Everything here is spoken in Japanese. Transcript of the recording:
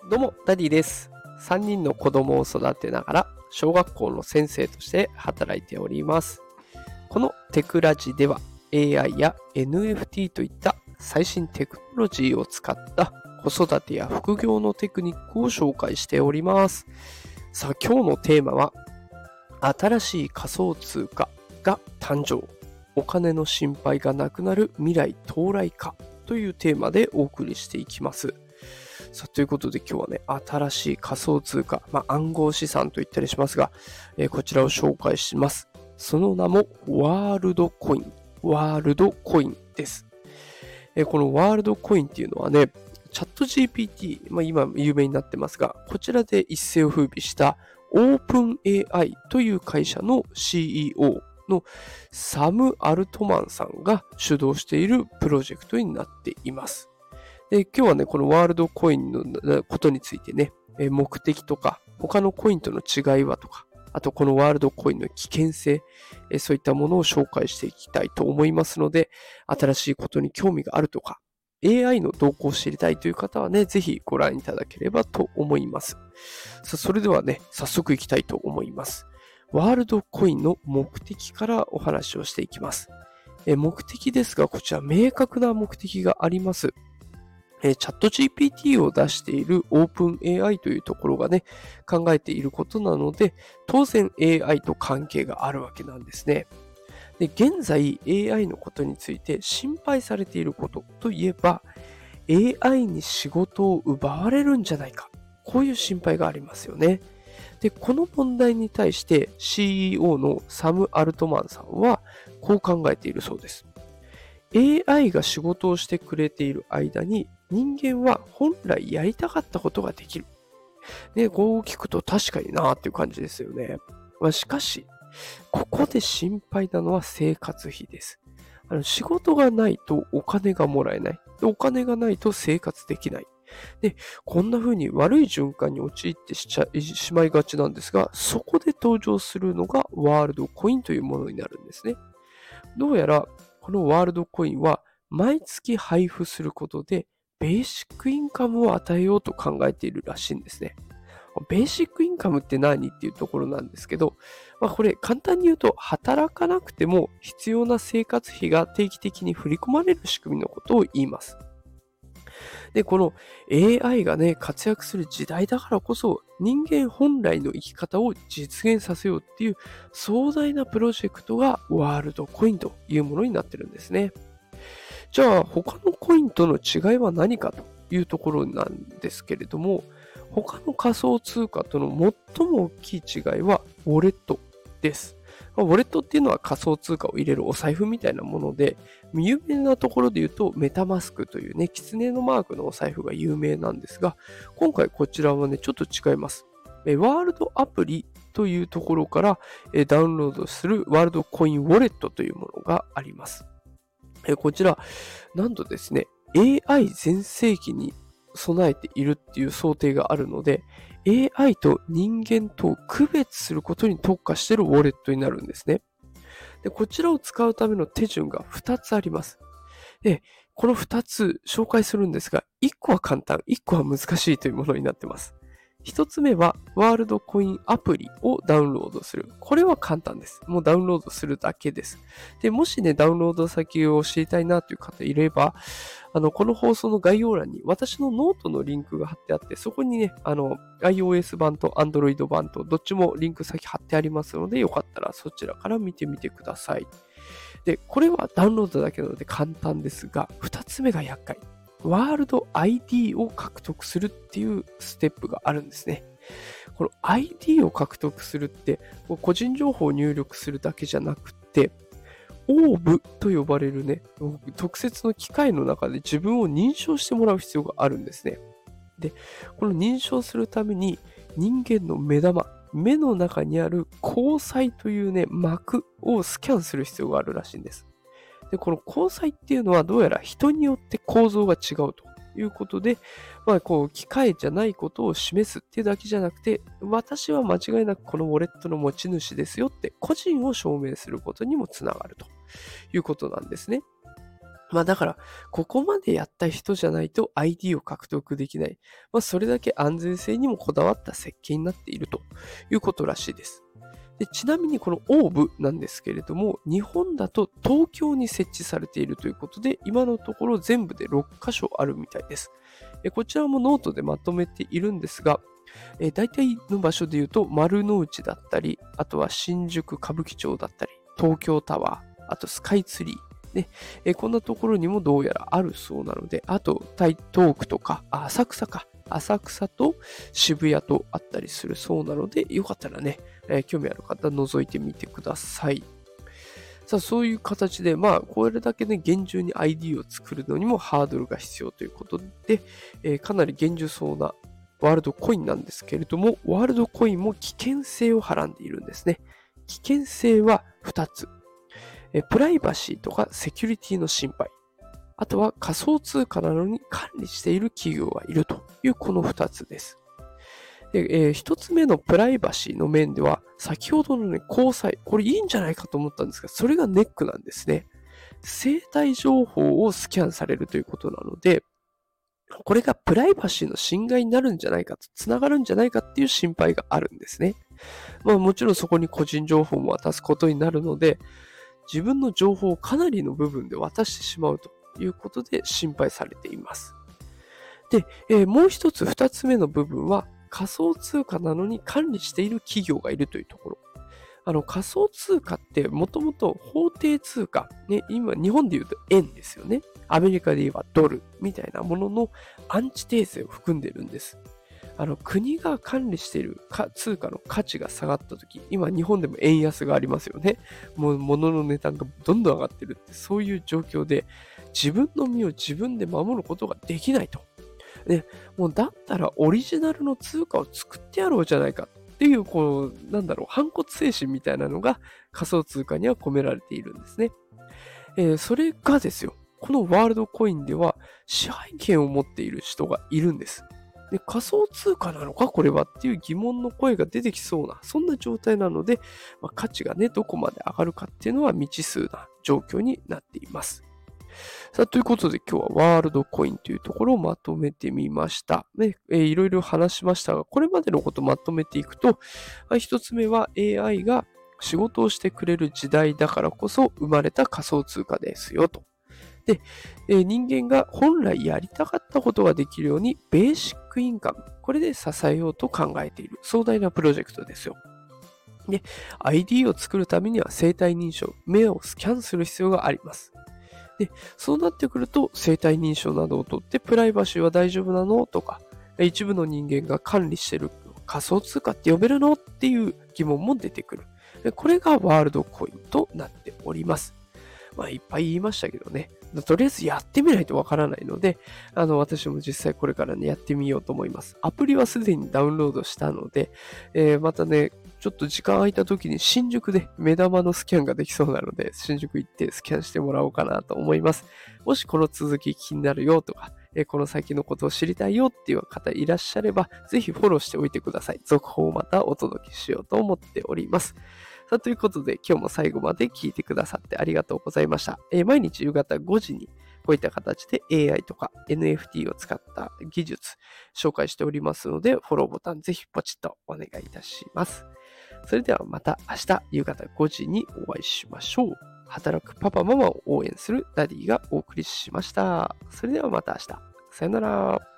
どうも、ダディです。3人の子供を育てながら、小学校の先生として働いております。このテクラジでは、AI や NFT といった最新テクノロジーを使った子育てや副業のテクニックを紹介しております。さあ、今日のテーマは、新しい仮想通貨が誕生。お金の心配がなくなる未来到来かというテーマでお送りしていきます。さあ、ということで今日はね、新しい仮想通貨、暗号資産と言ったりしますが、こちらを紹介します。その名もワールドコイン。ワールドコインです。このワールドコインっていうのはね、チャット GPT、今有名になってますが、こちらで一世を風靡したオープン AI という会社の CEO のサム・アルトマンさんが主導しているプロジェクトになっています。で、今日はね、このワールドコインのことについてね、目的とか、他のコインとの違いはとか、あとこのワールドコインの危険性、そういったものを紹介していきたいと思いますので、新しいことに興味があるとか、AI の動向を知りたいという方はね、ぜひご覧いただければと思います。さあ、それではね、早速いきたいと思います。ワールドコインの目的からお話をしていきます。目的ですが、こちら明確な目的があります。チャット GPT を出している OpenAI というところがね、考えていることなので、当然 AI と関係があるわけなんですね。で、現在 AI のことについて心配されていることといえば、AI に仕事を奪われるんじゃないか。こういう心配がありますよね。で、この問題に対して CEO のサム・アルトマンさんはこう考えているそうです。AI が仕事をしてくれている間に人間は本来やりたかったことができる。ね、こう聞くと確かになーっていう感じですよね。しかし、ここで心配なのは生活費です。仕事がないとお金がもらえない。で、お金がないと生活できない。で、こんな風に悪い循環に陥ってしまいがちなんですが、そこで登場するのがワールドコインというものになるんですね。どうやら、このワールドコインは毎月配布することで、ベーシックインカムを与えようと考えているらしいんですね。ベーシックインカムって何っていうところなんですけど、これ簡単に言うと、働かなくても必要な生活費が定期的に振り込まれる仕組みのことを言います。で、この AI がね、活躍する時代だからこそ、人間本来の生き方を実現させようっていう壮大なプロジェクトがワールドコインというものになってるんですね。じゃあ、他のコインとの違いは何かというところなんですけれども、他の仮想通貨との最も大きい違いは、ウォレットです。ウォレットっていうのは仮想通貨を入れるお財布みたいなもので、有名なところで言うと、メタマスクというね、狐のマークのお財布が有名なんですが、今回こちらはね、ちょっと違います。ワールドアプリというところからダウンロードするワールドコインウォレットというものがあります。こちら、なんとですね、AI 全盛期に備えているっていう想定があるので、AI と人間とを区別することに特化しているウォレットになるんですね。で、こちらを使うための手順が2つあります。で、この2つ紹介するんですが、1個は簡単、1個は難しいというものになっています。一つ目は、ワールドコインアプリをダウンロードする。これは簡単です。もうダウンロードするだけです。で、もしね、ダウンロード先を知りたいなという方いれば、この放送の概要欄に私のノートのリンクが貼ってあって、そこにね、iOS 版と Android 版とどっちもリンク先貼ってありますので、よかったらそちらから見てみてください。で、これはダウンロードだけなので簡単ですが、二つ目が厄介。ワールド ID を獲得するっていうステップがあるんですね。この ID を獲得するって、個人情報を入力するだけじゃなくて、オーブと呼ばれるね、特設の機械の中で自分を認証してもらう必要があるんですね。で、この認証するために人間の目玉、目の中にある虹彩というね、膜をスキャンする必要があるらしいんです。で、この虹彩っていうのはどうやら人によって構造が違うということで、機械じゃないことを示すっていうだけじゃなくて、私は間違いなくこのウォレットの持ち主ですよって個人を証明することにもつながるということなんですね。 だから、ここまでやった人じゃないと ID を獲得できない。それだけ安全性にもこだわった設計になっているということらしいです。で、ちなみにこのオーブなんですけれども、日本だと東京に設置されているということで、今のところ全部で6カ所あるみたいです。こちらもノートでまとめているんですが、大体の場所で言うと丸の内だったり、あとは新宿歌舞伎町だったり、東京タワー、あとスカイツリー、こんなところにもどうやらあるそうなので、あと台東区とか、浅草か。浅草と渋谷とあったりするそうなので、よかったらね、興味ある方覗いてみてください。さあ、そういう形で、これだけね、厳重に ID を作るのにもハードルが必要ということで、かなり厳重そうなワールドコインなんですけれども、ワールドコインも危険性をはらんでいるんですね。危険性は2つ。プライバシーとかセキュリティの心配。あとは仮想通貨なのに管理している企業がいるというこの2つです。で、1つ目のプライバシーの面では、先ほどのね、交際、これいいんじゃないかと思ったんですが、それがネックなんですね。生体情報をスキャンされるということなので、これがプライバシーの侵害になるんじゃないかと、つながるんじゃないかっていう心配があるんですね。もちろんそこに個人情報も渡すことになるので、自分の情報をかなりの部分で渡してしまうということで心配されています。で、もう一つ二つ目の部分は仮想通貨なのに管理している企業がいるというところ。仮想通貨ってもともと法定通貨、ね、今日本で言うと円ですよね。アメリカで言えばドルみたいなもののアンチテーゼを含んでるんです。国が管理している通貨の価値が下がったとき、今日本でも円安がありますよね。もう物の値段がどんどん上がってるって、そういう状況で自分の身を自分で守ることができないと。で、もうだったらオリジナルの通貨を作ってやろうじゃないかっていう、反骨精神みたいなのが仮想通貨には込められているんですね。それがですよ、このワールドコインでは支配権を持っている人がいるんです。で、仮想通貨なのかこれはっていう疑問の声が出てきそうな、そんな状態なので、価値がね、どこまで上がるかっていうのは未知数な状況になっています。さあ、ということで今日はワールドコインというところをまとめてみました。いろいろ話しましたが、これまでのことをまとめていくと、一つ目は AI が仕事をしてくれる時代だからこそ生まれた仮想通貨ですよと。で、人間が本来やりたかったことができるようにベーシックインカム、これで支えようと考えている壮大なプロジェクトですよ。で、ID を作るためには生体認証、目をスキャンする必要があります。で、そうなってくると生体認証などを取ってプライバシーは大丈夫なのとか、一部の人間が管理している仮想通貨って呼べるのっていう疑問も出てくる。これがワールドコインとなっております。いっぱい言いましたけどね。とりあえずやってみないとわからないので、私も実際これからね、やってみようと思います。アプリはすでにダウンロードしたので、またね、ちょっと時間空いた時に新宿で目玉のスキャンができそうなので、新宿行ってスキャンしてもらおうかなと思います。もしこの続き気になるよとか、この先のことを知りたいよっていう方いらっしゃれば、ぜひフォローしておいてください。続報をまたお届けしようと思っております。さあ、ということで、今日も最後まで聞いてくださってありがとうございました。毎日夕方5時にこういった形で AI とか NFT を使った技術紹介しておりますので、フォローボタンぜひポチッとお願いいたします。それではまた明日夕方5時にお会いしましょう。働くパパママを応援するダディがお送りしました。それではまた明日。さよなら。